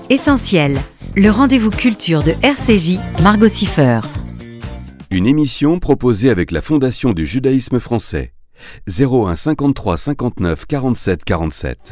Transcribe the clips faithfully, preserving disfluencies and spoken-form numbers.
Essentiel, le rendez-vous culture de R C J, Margot Siffer. Une émission proposée avec la Fondation du judaïsme français. zéro un cinquante-trois cinquante-neuf quarante-sept quarante-sept.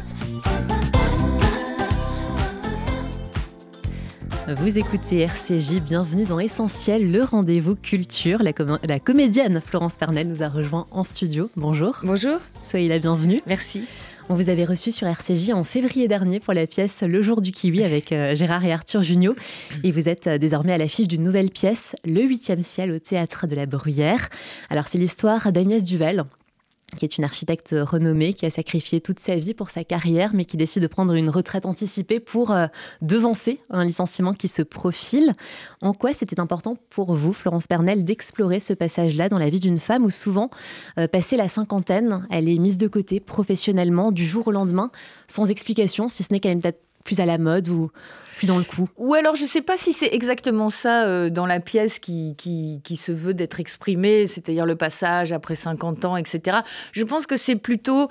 Vous écoutez R C J, bienvenue dans Essentiel, le rendez-vous culture. La, com- la comédienne Florence Pernel nous a rejoint en studio. Bonjour. Bonjour. Soyez la bienvenue. Merci. On vous avait reçu sur R C J en février dernier pour la pièce Le jour du kiwi avec euh, Gérard et Arthur Jugnot. Et vous êtes euh, désormais à l'affiche d'une nouvelle pièce, Le huitième ciel, au Théâtre de la Bruyère. Alors c'est l'histoire d'Agnès Duval, qui est une architecte renommée, qui a sacrifié toute sa vie pour sa carrière, mais qui décide de prendre une retraite anticipée pour euh, devancer un licenciement qui se profile. En quoi c'était important pour vous, Florence Pernel, d'explorer ce passage-là dans la vie d'une femme où souvent, euh, passée la cinquantaine, elle est mise de côté professionnellement du jour au lendemain, sans explication, si ce n'est qu'elle est peut-être plus à la mode ou plus dans le coup. Ou alors, je ne sais pas si c'est exactement ça euh, dans la pièce qui, qui, qui se veut d'être exprimée, c'est-à-dire le passage après cinquante ans, et cetera. Je pense que c'est plutôt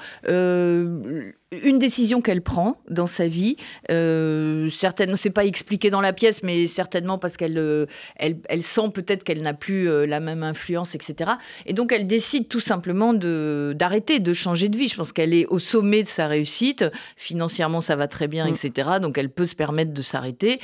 euh, une décision qu'elle prend dans sa vie. Euh, certainement, ce n'est pas expliqué dans la pièce, mais certainement parce qu'elle euh, elle, elle sent peut-être qu'elle n'a plus euh, la même influence, et cetera. Et donc, elle décide tout simplement de, d'arrêter, de changer de vie. Je pense qu'elle est au sommet de sa réussite. Financièrement, ça va très bien, mmh. et cetera. Donc, elle peut se permettre de s'arrêter.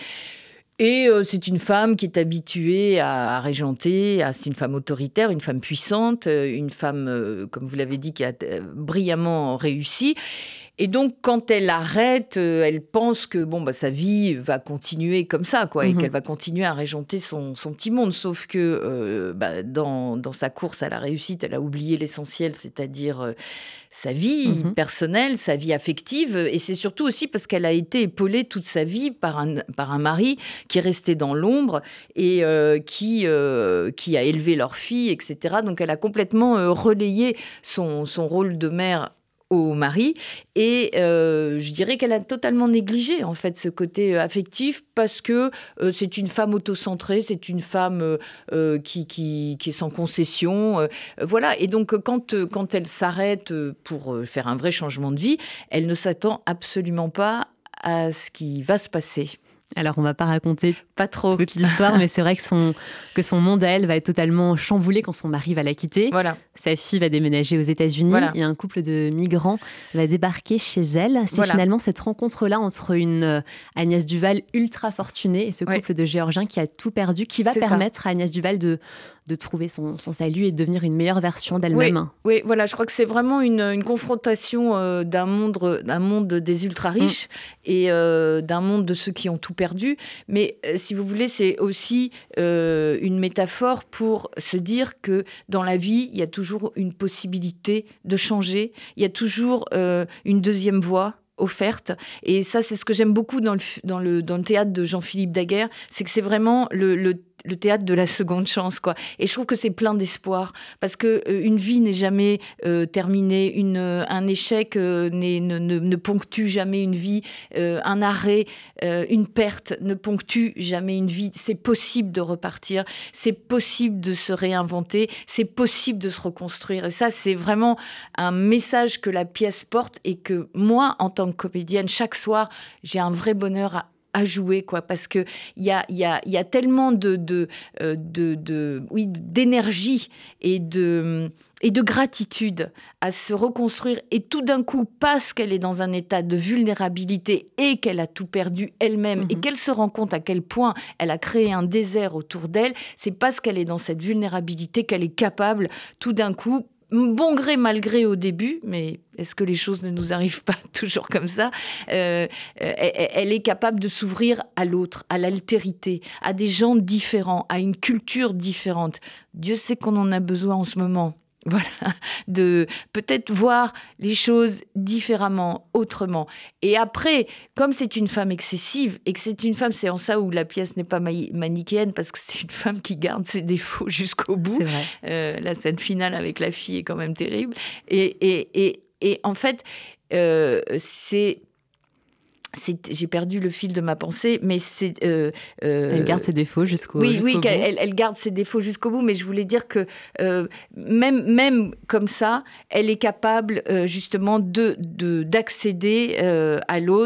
Et euh, c'est une femme qui est habituée à, à régenter, à, c'est une femme autoritaire, une femme puissante, une femme, euh, comme vous l'avez dit, qui a euh, brillamment réussi. Et donc, quand elle arrête, euh, elle pense que bon, bah, sa vie va continuer comme ça, quoi, et mmh. qu'elle va continuer à régenter son, son petit monde. Sauf que euh, bah, dans, dans sa course à la réussite, elle a oublié l'essentiel, c'est-à-dire euh, sa vie mmh. personnelle, sa vie affective. Et c'est surtout aussi parce qu'elle a été épaulée toute sa vie par un, par un mari qui est resté dans l'ombre et euh, qui, euh, qui a élevé leur fille, et cetera. Donc, elle a complètement euh, relayé son, son rôle de mère au mari, et euh, je dirais qu'elle a totalement négligé en fait ce côté euh, affectif parce que euh, c'est une femme autocentrée, c'est une femme euh, qui, qui, qui est sans concession, euh, voilà. Et donc quand, euh, quand elle s'arrête pour euh, faire un vrai changement de vie, elle ne s'attend absolument pas à ce qui va se passer. Alors, on ne va pas raconter pas trop toute l'histoire, mais c'est vrai que son, que son monde à elle va être totalement chamboulé quand son mari va la quitter. Voilà. Sa fille va déménager aux États-Unis voilà. et un couple de migrants va débarquer chez elle. C'est voilà. finalement cette rencontre-là entre une euh, Agnès Duval ultra fortunée et ce couple oui. de Géorgiens qui a tout perdu, qui va c'est permettre ça. à Agnès Duval de, de trouver son, son salut et de devenir une meilleure version d'elle-même. Oui, oui, voilà, je crois que c'est vraiment une, une confrontation euh, d'un, monde, d'un monde des ultra-riches mmh. et euh, d'un monde de ceux qui ont tout perdu. Mais euh, si vous voulez, c'est aussi euh, une métaphore pour se dire que dans la vie, il y a toujours une possibilité de changer, il y a toujours euh, une deuxième voie offerte. Et ça, c'est ce que j'aime beaucoup dans le, dans le, dans le théâtre de Jean-Philippe Daguerre, c'est que c'est vraiment le, le le théâtre de la seconde chance, quoi. Et je trouve que c'est plein d'espoir, parce que euh, une vie n'est jamais euh, terminée, une, euh, un échec euh, n'est, ne, ne, ne ponctue jamais une vie, euh, un arrêt, euh, une perte ne ponctue jamais une vie. C'est possible de repartir, c'est possible de se réinventer, c'est possible de se reconstruire. Et ça, c'est vraiment un message que la pièce porte et que moi, en tant que comédienne, chaque soir, j'ai un vrai bonheur à à jouer, quoi, parce qu'il y a, y, a, y a tellement de, de, de, de, oui, d'énergie et de, et de gratitude à se reconstruire. Et tout d'un coup, parce qu'elle est dans un état de vulnérabilité et qu'elle a tout perdu elle-même, mmh. et qu'elle se rend compte à quel point elle a créé un désert autour d'elle, c'est parce qu'elle est dans cette vulnérabilité qu'elle est capable, tout d'un coup, bon gré, mal gré au début, mais est-ce que les choses ne nous arrivent pas toujours comme ça ? euh, Elle est capable de s'ouvrir à l'autre, à l'altérité, à des gens différents, à une culture différente. Dieu sait qu'on en a besoin en ce moment. Voilà, de peut-être voir les choses différemment, autrement. Et après, comme c'est une femme excessive, et que c'est une femme, c'est en ça où la pièce n'est pas manichéenne, parce que c'est une femme qui garde ses défauts jusqu'au bout. C'est vrai. Euh, la scène finale avec la fille est quand même terrible. Et, et, et, et en fait, euh, c'est... C'est, j'ai perdu le fil de ma pensée, mais c'est... Euh, euh, elle garde ses défauts jusqu'au, oui, jusqu'au oui, bout. Elle, elle garde ses défauts jusqu'au bout, mais je voulais dire que euh, même, même comme ça, elle est capable euh, justement de, de, d'accéder euh, à l'autre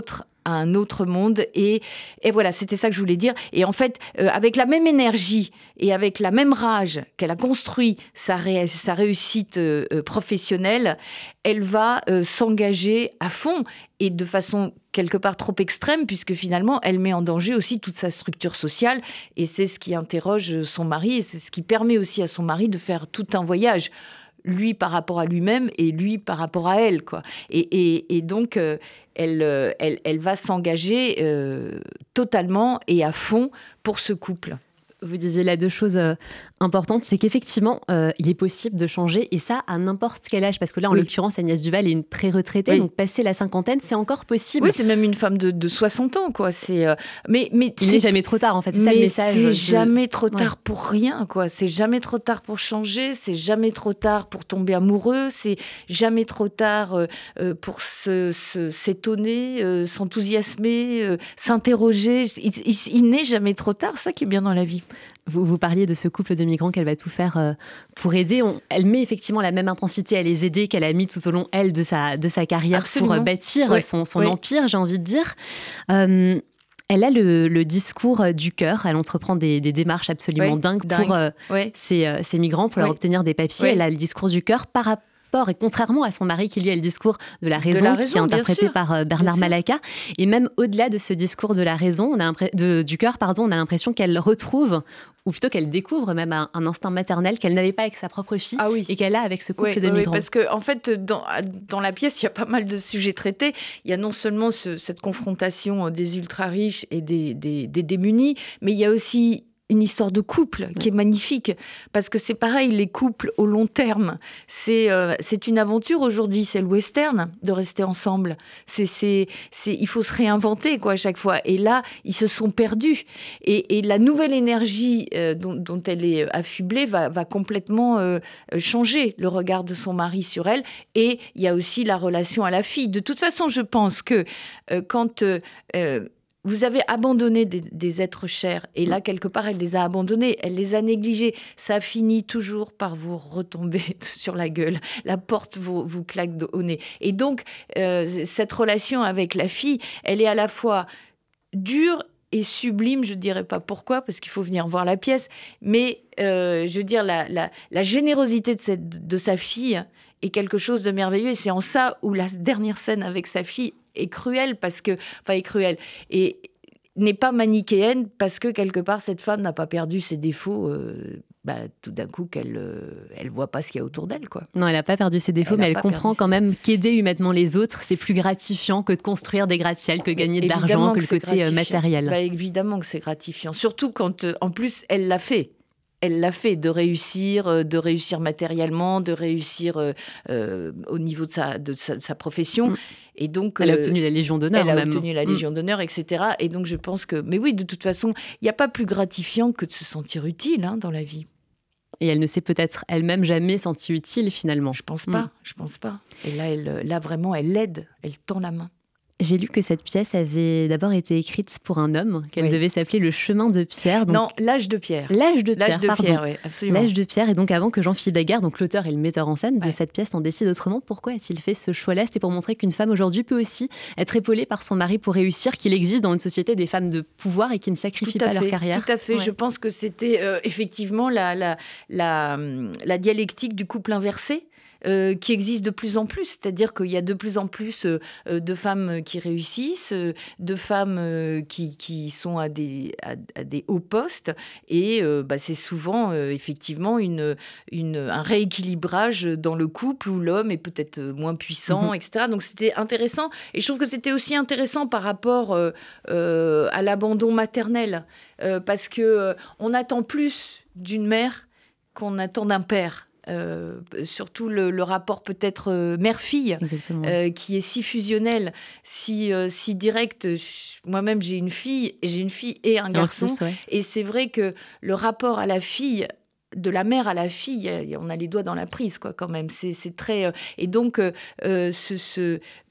à un autre monde. Et, et voilà, c'était ça que je voulais dire. Et en fait, euh, avec la même énergie et avec la même rage qu'elle a construit sa, ré- sa réussite euh, professionnelle, elle va euh, s'engager à fond et de façon quelque part trop extrême, puisque finalement, elle met en danger aussi toute sa structure sociale. Et c'est ce qui interroge son mari et c'est ce qui permet aussi à son mari de faire tout un voyage. Lui par rapport à lui-même et lui par rapport à elle, quoi. Et, et, et donc, euh, elle, euh, elle, elle va s'engager euh, totalement et à fond pour ce couple. Vous disiez là deux choses euh, importantes, c'est qu'effectivement, euh, il est possible de changer, et ça à n'importe quel âge, parce que là, en oui. l'occurrence, Agnès Duval est une pré-retraitée, oui. donc passé la cinquantaine, c'est encore possible. Oui, c'est même une femme de, de soixante ans, quoi. C'est, euh, mais, mais il n'est jamais trop tard, en fait, c'est ça le message. C'est de... jamais trop tard ouais. pour rien, quoi. C'est jamais trop tard pour changer, c'est jamais trop tard pour tomber amoureux, c'est jamais trop tard euh, euh, pour se, se, s'étonner, euh, s'enthousiasmer, euh, s'interroger. Il, il, il n'est jamais trop tard, ça qui est bien dans la vie. Vous, vous parliez de ce couple de migrants qu'elle va tout faire euh, pour aider. On, elle met effectivement la même intensité à les aider qu'elle a mis tout au long, elle, de sa, de sa carrière. Absolument. Pour euh, bâtir ouais. son, son oui. empire, j'ai envie de dire. Euh, elle a le, le discours du cœur. Elle entreprend des, des démarches absolument oui, dingues pour dingue. euh, oui. ces, euh, ces migrants, pour oui. leur obtenir des papiers. Oui. Elle a le discours du cœur par rapport. Et contrairement à son mari qui lui a le discours de la raison, de la raison qui est interprété par euh, Bernard Malaka, et même au-delà de ce discours de la raison, on a de, du cœur, pardon, on a l'impression qu'elle retrouve, ou plutôt qu'elle découvre même un, un instinct maternel qu'elle n'avait pas avec sa propre fille ah oui. et qu'elle a avec ce couple oui, de oui, migrants. Parce que en fait, dans, dans la pièce, il y a pas mal de sujets traités. Il y a non seulement ce, cette confrontation des ultra-riches et des, des, des démunis, mais il y a aussi une histoire de couple qui est magnifique, parce que c'est pareil, les couples au long terme, c'est, euh, c'est une aventure aujourd'hui, c'est le western de rester ensemble. C'est, c'est, c'est, il faut se réinventer quoi, à chaque fois. Et là, ils se sont perdus. Et, et la nouvelle énergie euh, dont, dont elle est affublée va, va complètement euh, changer le regard de son mari sur elle. Et il y a aussi la relation à la fille. De toute façon, je pense que euh, quand... Euh, euh, vous avez abandonné des, des êtres chers. Et là, quelque part, elle les a abandonnés. Elle les a négligés. Ça finit toujours par vous retomber sur la gueule. La porte vous, vous claque au nez. Et donc, euh, cette relation avec la fille, elle est à la fois dure et sublime. Je ne dirais pas pourquoi, parce qu'il faut venir voir la pièce. Mais, euh, je veux dire, la, la, la générosité de, cette, de sa fille est quelque chose de merveilleux. Et c'est en ça où la dernière scène avec sa fille est cruelle, parce que, enfin, est cruelle, et n'est pas manichéenne, parce que, quelque part, cette femme n'a pas perdu ses défauts, euh, bah, tout d'un coup, qu'elle euh, elle voit pas ce qu'il y a autour d'elle, quoi. Non, elle n'a pas perdu ses défauts, elle mais elle comprend quand même ses... qu'aider humainement les autres, c'est plus gratifiant que de construire des gratte-ciels, que gagner de l'argent, que, que le côté matériel. Bah, évidemment que c'est gratifiant, surtout quand, euh, en plus, elle l'a fait. Elle l'a fait, de réussir, de réussir matériellement, de réussir euh, euh, au niveau de sa, de sa, de sa profession. Mmh. Et donc, elle a obtenu la Légion d'honneur. Elle a même. obtenu la mmh. Légion d'honneur, et cetera. Et donc, je pense que... Mais oui, de toute façon, il n'y a pas plus gratifiant que de se sentir utile hein, dans la vie. Et elle ne s'est peut-être elle-même jamais sentie utile, finalement. Je pense pas, mmh. je pense pas. Et là, elle, là, vraiment, elle l'aide, elle tend la main. J'ai lu que cette pièce avait d'abord été écrite pour un homme, qu'elle oui. devait s'appeler Le Chemin de Pierre. Donc... Non, L'âge de Pierre. L'âge de Pierre, L'âge de pardon. Pierre, oui, absolument. L'âge de Pierre, et donc avant que Jean-Philippe Daguerre, donc l'auteur et le metteur en scène de ouais. cette pièce, en décide autrement, pourquoi a-t-il fait ce choix-là ? C'était pour montrer qu'une femme aujourd'hui peut aussi être épaulée par son mari pour réussir, qu'il existe dans une société des femmes de pouvoir et qui ne sacrifient pas fait, leur carrière. Tout à fait, ouais. Je pense que c'était euh, effectivement la, la, la, la dialectique du couple inversé. Euh, qui existe de plus en plus, c'est-à-dire qu'il y a de plus en plus euh, de femmes qui réussissent, euh, de femmes euh, qui, qui sont à des, à, à des hauts postes, et euh, bah, c'est souvent euh, effectivement une, une, un rééquilibrage dans le couple où l'homme est peut-être moins puissant, mmh. et cetera. Donc c'était intéressant, et je trouve que c'était aussi intéressant par rapport euh, euh, à l'abandon maternel, euh, parce qu'on euh, attend plus d'une mère qu'on attend d'un père. Euh, surtout le, le rapport peut-être euh, mère-fille euh, qui est si fusionnel, si, euh, si direct. Moi-même j'ai une fille, j'ai une fille et un garçon, plus, ouais. Et c'est vrai que le rapport à la fille, de la mère à la fille, on a les doigts dans la prise quoi, quand même. C'est, c'est très euh, et donc euh, ce, ce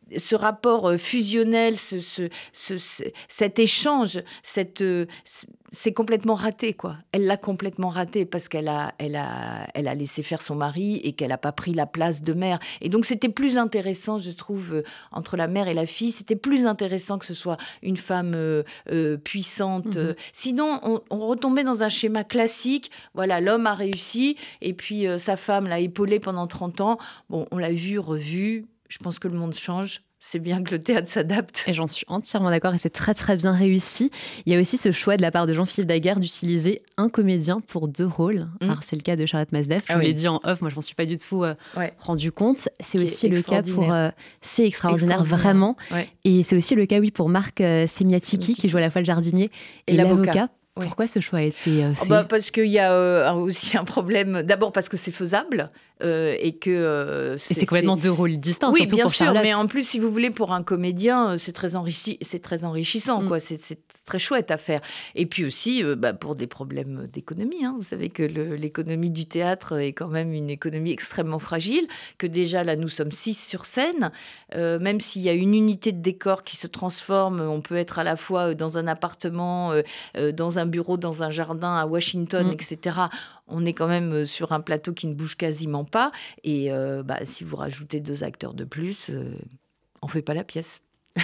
ce rapport fusionnel, ce, ce, ce, ce, cet échange, cette, c'est complètement raté, quoi. Elle l'a complètement raté parce qu'elle a, elle a, elle a laissé faire son mari et qu'elle n'a pas pris la place de mère. Et donc, c'était plus intéressant, je trouve, entre la mère et la fille, c'était plus intéressant que ce soit une femme euh, euh, puissante. Mmh. Sinon, on, on retombait dans un schéma classique. Voilà, l'homme a réussi et puis euh, sa femme l'a épaulé pendant trente ans. Bon, on l'a vu, revu. Je pense que le monde change. C'est bien que le théâtre s'adapte. Et j'en suis entièrement d'accord et c'est très très bien réussi. Il y a aussi ce choix de la part de Jean-Philippe Daguerre d'utiliser un comédien pour deux rôles. Mmh. Alors c'est le cas de Charlotte Masdef. Je ah vous oui. l'ai dit en off, moi je m'en suis pas du tout euh, ouais. rendu compte. C'est Qui aussi le cas pour... Euh, c'est extraordinaire, extraordinaire. vraiment. Ouais. Et c'est aussi le cas, oui, pour Marc euh, Semiatiki, qui joue à la fois le jardinier et, et l'avocat. l'avocat. Oui. Pourquoi ce choix a été euh, fait ? oh bah Parce qu'il y a euh, aussi un problème. D'abord parce que c'est faisable. Euh, et que euh, c'est, et c'est complètement c'est... deux rôles distincts, oui, surtout bien pour sûr, Charlotte. Mais en plus, si vous voulez, pour un comédien, c'est très, enrichi... c'est très enrichissant, mm. quoi. C'est, c'est très chouette à faire. Et puis aussi, euh, bah, pour des problèmes d'économie. Hein. Vous savez que le, l'économie du théâtre est quand même une économie extrêmement fragile, que déjà, là, nous sommes six sur scène. Euh, même s'il y a une unité de décor qui se transforme, on peut être à la fois dans un appartement, euh, dans un bureau, dans un jardin à Washington, mm. et cetera. On est quand même sur un plateau qui ne bouge quasiment pas. Et euh, bah, si vous rajoutez deux acteurs de plus, euh, on ne fait pas la pièce.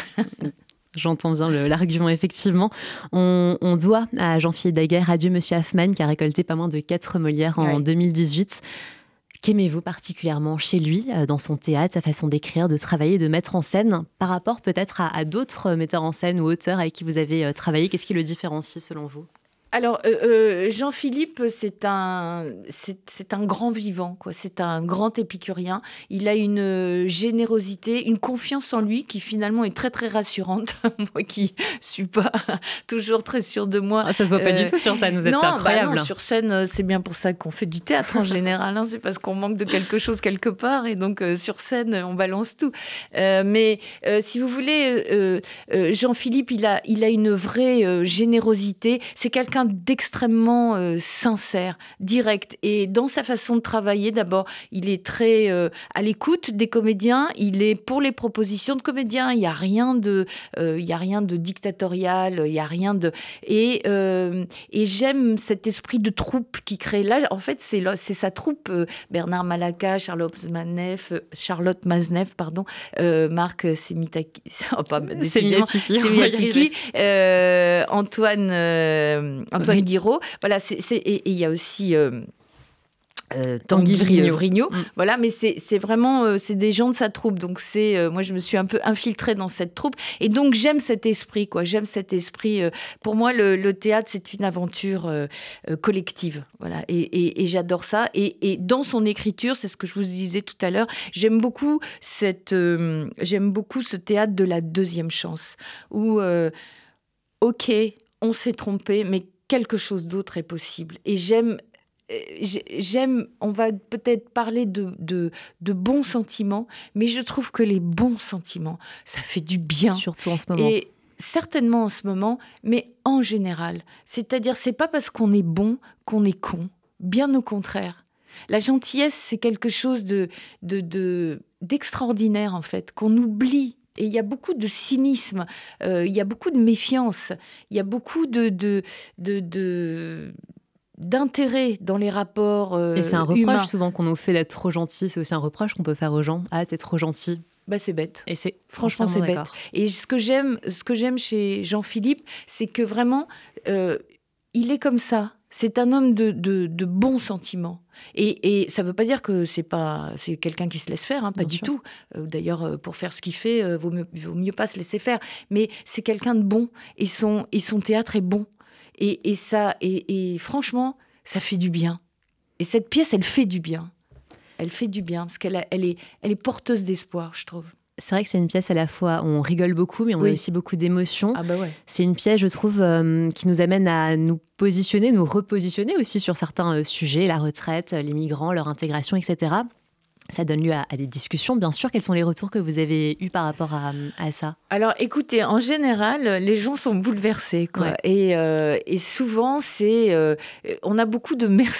J'entends bien le, l'argument, effectivement. On, on doit à Jean-Philippe Daguerre, Adieu Monsieur Hoffmann, qui a récolté pas moins de quatre Molières en ouais. deux mille dix-huit. Qu'aimez-vous particulièrement chez lui, dans son théâtre, sa façon d'écrire, de travailler, de mettre en scène, par rapport peut-être à, à d'autres metteurs en scène ou auteurs avec qui vous avez travaillé ? Qu'est-ce qui le différencie selon vous ? Alors, euh, euh, Jean-Philippe, c'est un, c'est, c'est un grand vivant, quoi. C'est un grand épicurien. Il a une générosité, une confiance en lui qui finalement est très très rassurante. Moi qui suis pas toujours très sûre de moi. Ah, ça se voit pas euh, du tout sur scène, vous êtes non, incroyable. Bah non, sur scène, c'est bien pour ça qu'on fait du théâtre en général. Hein. C'est parce qu'on manque de quelque chose quelque part et donc euh, sur scène, on balance tout. Euh, mais euh, si vous voulez, euh, euh, Jean-Philippe, il a, il a une vraie euh, générosité. C'est quelqu'un d'extrêmement euh, sincère, direct. Et dans sa façon de travailler, d'abord, il est très euh, à l'écoute des comédiens, il est pour les propositions de comédiens, il n'y a rien de, euh, il y a rien de dictatorial, il n'y a rien de... Et, euh, et j'aime cet esprit de troupe qui crée... Là, en fait, c'est, c'est sa troupe, euh, Bernard Malaca, Charlotte Masnef, Charlotte Masnef, pardon, euh, Marc Semitaki, oh, pas, Semiatiki, Semiatiki euh, Antoine... Euh, Antoine Guiraud, voilà, c'est, c'est, et il y a aussi euh, euh, Tanguy Vrignaud, Vrignaud. Mm. Voilà, mais c'est, c'est vraiment, euh, c'est des gens de sa troupe, donc c'est, euh, moi je me suis un peu infiltrée dans cette troupe, et donc j'aime cet esprit, quoi, j'aime cet esprit, euh, pour moi le, le théâtre c'est une aventure euh, euh, collective, voilà, et, et, et j'adore ça, et, et dans son écriture, c'est ce que je vous disais tout à l'heure, j'aime beaucoup, cette, euh, j'aime beaucoup ce théâtre de la deuxième chance, où, euh, ok, on s'est trompé, mais quelque chose d'autre est possible. Et j'aime, j'aime, on va peut-être parler de, de, de bons sentiments, mais je trouve que les bons sentiments, ça fait du bien. Surtout en ce moment. Et certainement en ce moment, mais en général. C'est-à-dire, c'est pas parce qu'on est bon qu'on est con. Bien au contraire. La gentillesse, c'est quelque chose de, de, de, d'extraordinaire, en fait, qu'on oublie. Et il y a beaucoup de cynisme, euh, il y a beaucoup de méfiance, il y a beaucoup de, de, de, de, d'intérêt dans les rapports euh, Et c'est un reproche humains. Souvent qu'on nous fait d'être trop gentil. C'est aussi un reproche qu'on peut faire aux gens. Ah, t'es trop gentil. Bah, c'est bête. Et c'est Franchement, c'est d'accord. bête. Et ce que j'aime, ce que j'aime chez Jean-Philippe, c'est que vraiment, euh, il est comme ça. C'est un homme de, de, de bons sentiments. Et, et ça ne veut pas dire que c'est, pas, c'est quelqu'un qui se laisse faire, hein, pas Bien du sûr. tout. Euh, d'ailleurs, pour faire ce qu'il fait, il euh, vaut, vaut mieux pas se laisser faire. Mais c'est quelqu'un de bon et son, et son théâtre est bon. Et, et, ça, et, et franchement, ça fait du bien. Et cette pièce, elle fait du bien. Elle fait du bien parce qu'elle a, elle est, elle est porteuse d'espoir, je trouve. C'est vrai que c'est une pièce à la fois, on rigole beaucoup, mais on oui. a aussi beaucoup d'émotions. Ah bah ouais. C'est une pièce, je trouve, euh, qui nous amène à nous positionner, nous repositionner aussi sur certains euh, sujets, la retraite, les migrants, leur intégration, et cetera. Ça donne lieu à, à des discussions, bien sûr. Quels sont les retours que vous avez eus par rapport à, à ça ? Alors, écoutez, en général, les gens sont bouleversés, quoi. Ouais. Et, euh, et souvent, c'est, euh, on a beaucoup de merci.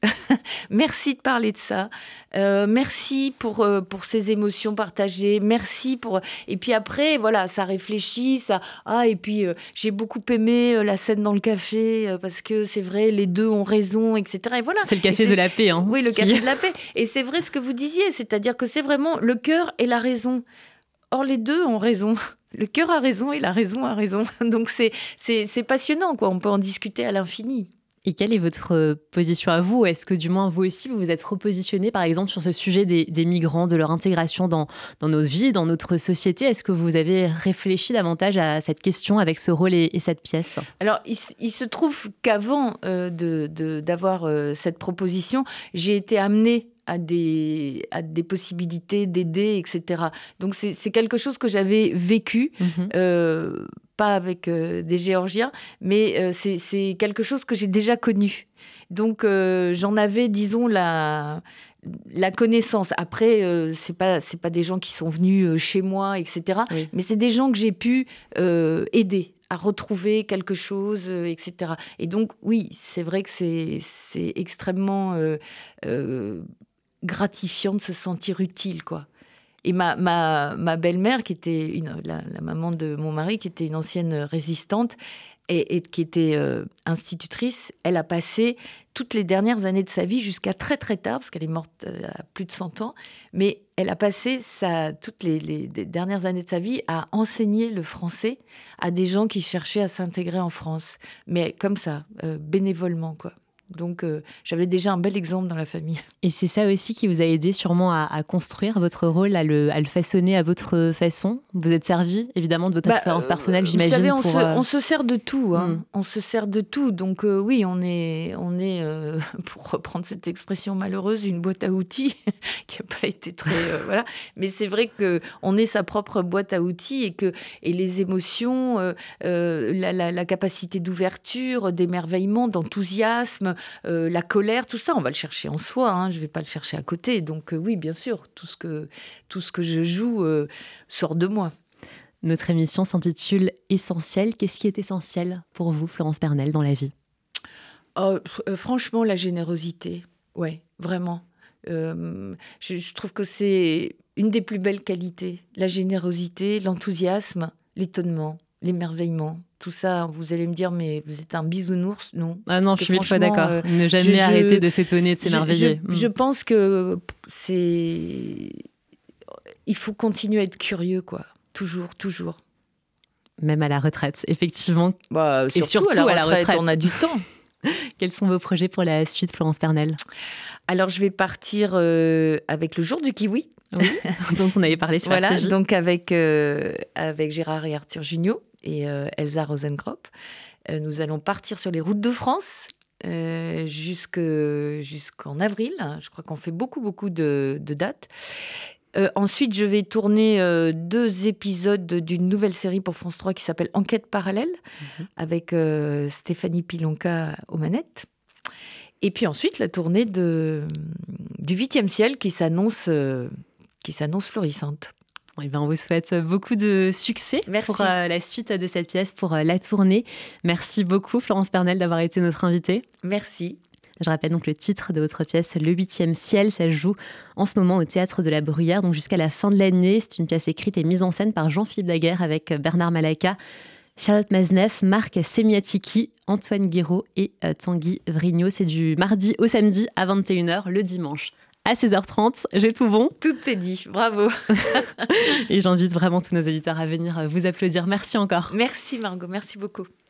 Merci de parler de ça. Euh, merci pour, euh, pour ces émotions partagées. Merci pour... Et puis après, voilà, ça réfléchit. Ça... Ah, et puis, euh, j'ai beaucoup aimé euh, la scène dans le café euh, parce que c'est vrai, les deux ont raison, et cetera. Et voilà. C'est le café de la paix. Hein, oui, le qui... café de la paix. Et c'est vrai ce que vous disiez, c'est-à-dire que c'est vraiment le cœur et la raison. Or, les deux ont raison. Le cœur a raison et la raison a raison. Donc, c'est, c'est, c'est passionnant, quoi. On peut en discuter à l'infini. Et quelle est votre position à vous ? Est-ce que du moins vous aussi, vous vous êtes repositionné par exemple sur ce sujet des, des migrants, de leur intégration dans, dans nos vies, dans notre société ? Est-ce que vous avez réfléchi davantage à cette question avec ce rôle et, et cette pièce ? Alors, il, il se trouve qu'avant euh, de, de, d'avoir euh, cette proposition, j'ai été amenée à des, à des possibilités d'aider, et cetera. Donc, c'est, c'est quelque chose que j'avais vécu, mmh. euh, pas avec euh, des Géorgiens, mais euh, c'est, c'est quelque chose que j'ai déjà connu. Donc, euh, j'en avais, disons, la, la connaissance. Après, euh, c'est pas, c'est pas des gens qui sont venus chez moi, et cetera. Oui. Mais c'est des gens que j'ai pu euh, aider à retrouver quelque chose, euh, et cetera. Et donc, oui, c'est vrai que c'est, c'est extrêmement euh, euh, gratifiant de se sentir utile, quoi. Et ma, ma, ma belle-mère, qui était une, la, la maman de mon mari, qui était une ancienne résistante et, et qui était euh, institutrice, elle a passé toutes les dernières années de sa vie jusqu'à très très tard, parce qu'elle est morte à plus de cent ans, mais elle a passé sa, toutes les, les, les dernières années de sa vie à enseigner le français à des gens qui cherchaient à s'intégrer en France. Mais comme ça, euh, bénévolement, quoi. Donc, euh, j'avais déjà un bel exemple dans la famille. Et c'est ça aussi qui vous a aidé sûrement à, à construire votre rôle, à le, à le façonner à votre façon. Vous êtes servi, évidemment, de votre bah, expérience personnelle, euh, j'imagine. Vous savez, on, pour, se, euh... on se sert de tout. Hein. Mm. On se sert de tout. Donc, euh, oui, on est, on est euh, pour reprendre cette expression malheureuse, une boîte à outils qui n'a pas été très... Euh, voilà. Mais c'est vrai qu'on est sa propre boîte à outils et que et les émotions, euh, euh, la, la, la capacité d'ouverture, d'émerveillement, d'enthousiasme, Euh, la colère, tout ça, on va le chercher en soi, hein, je ne vais pas le chercher à côté. Donc euh, oui, bien sûr, tout ce que, tout ce que je joue euh, sort de moi. Notre émission s'intitule « Essentiel ». Qu'est-ce qui est essentiel pour vous, Florence Pernelle, dans la vie ? oh, euh, Franchement, la générosité, ouais, vraiment. Euh, je, je trouve que c'est une des plus belles qualités. La générosité, l'enthousiasme, l'étonnement, l'émerveillement. Tout ça, vous allez me dire, mais vous êtes un bisounours, non ? Ah non, je suis mille fois d'accord. Euh, ne jamais je, arrêter de s'étonner, de s'émerveiller. Je, je, je pense que c'est... Il faut continuer à être curieux, quoi. Toujours, toujours. Même à la retraite, effectivement. Bah, surtout, Et surtout à, la, à la retraite, retraite, on a du temps. Quels sont vos projets pour la suite, Florence Pernelle ? Alors, je vais partir euh, avec le jour du kiwi. Oui, dont on avait parlé sur voilà, R C J. Donc avec, euh, avec Gérard et Arthur Jugnot et euh, Elsa Rosenkrop. Euh, nous allons partir sur les routes de France euh, jusque, jusqu'en avril. Je crois qu'on fait beaucoup, beaucoup de, de dates. Euh, ensuite, je vais tourner euh, deux épisodes d'une nouvelle série pour France trois qui s'appelle Enquête parallèle, mmh. avec euh, Stéphanie Pilonka aux manettes. Et puis ensuite, la tournée de, du huitième ciel qui s'annonce, euh, qui s'annonce florissante. Eh bien, on vous souhaite beaucoup de succès Merci. pour euh, la suite de cette pièce, pour euh, la tournée. Merci beaucoup, Florence Pernelle, d'avoir été notre invitée. Merci. Je rappelle donc le titre de votre pièce, Le huitième ciel. Ça se joue en ce moment au Théâtre de la Bruyère, donc jusqu'à la fin de l'année. C'est une pièce écrite et mise en scène par Jean-Philippe Daguerre avec Bernard Malaika, Charlotte Mazeneff, Marc Semiatiki, Antoine Guéraud et euh, Tanguy Vrignot. C'est du mardi au samedi à vingt et une heures, le dimanche à seize heures trente. J'ai tout bon. Tout est dit, bravo. Et j'invite vraiment tous nos auditeurs à venir vous applaudir. Merci encore. Merci Margot, merci beaucoup.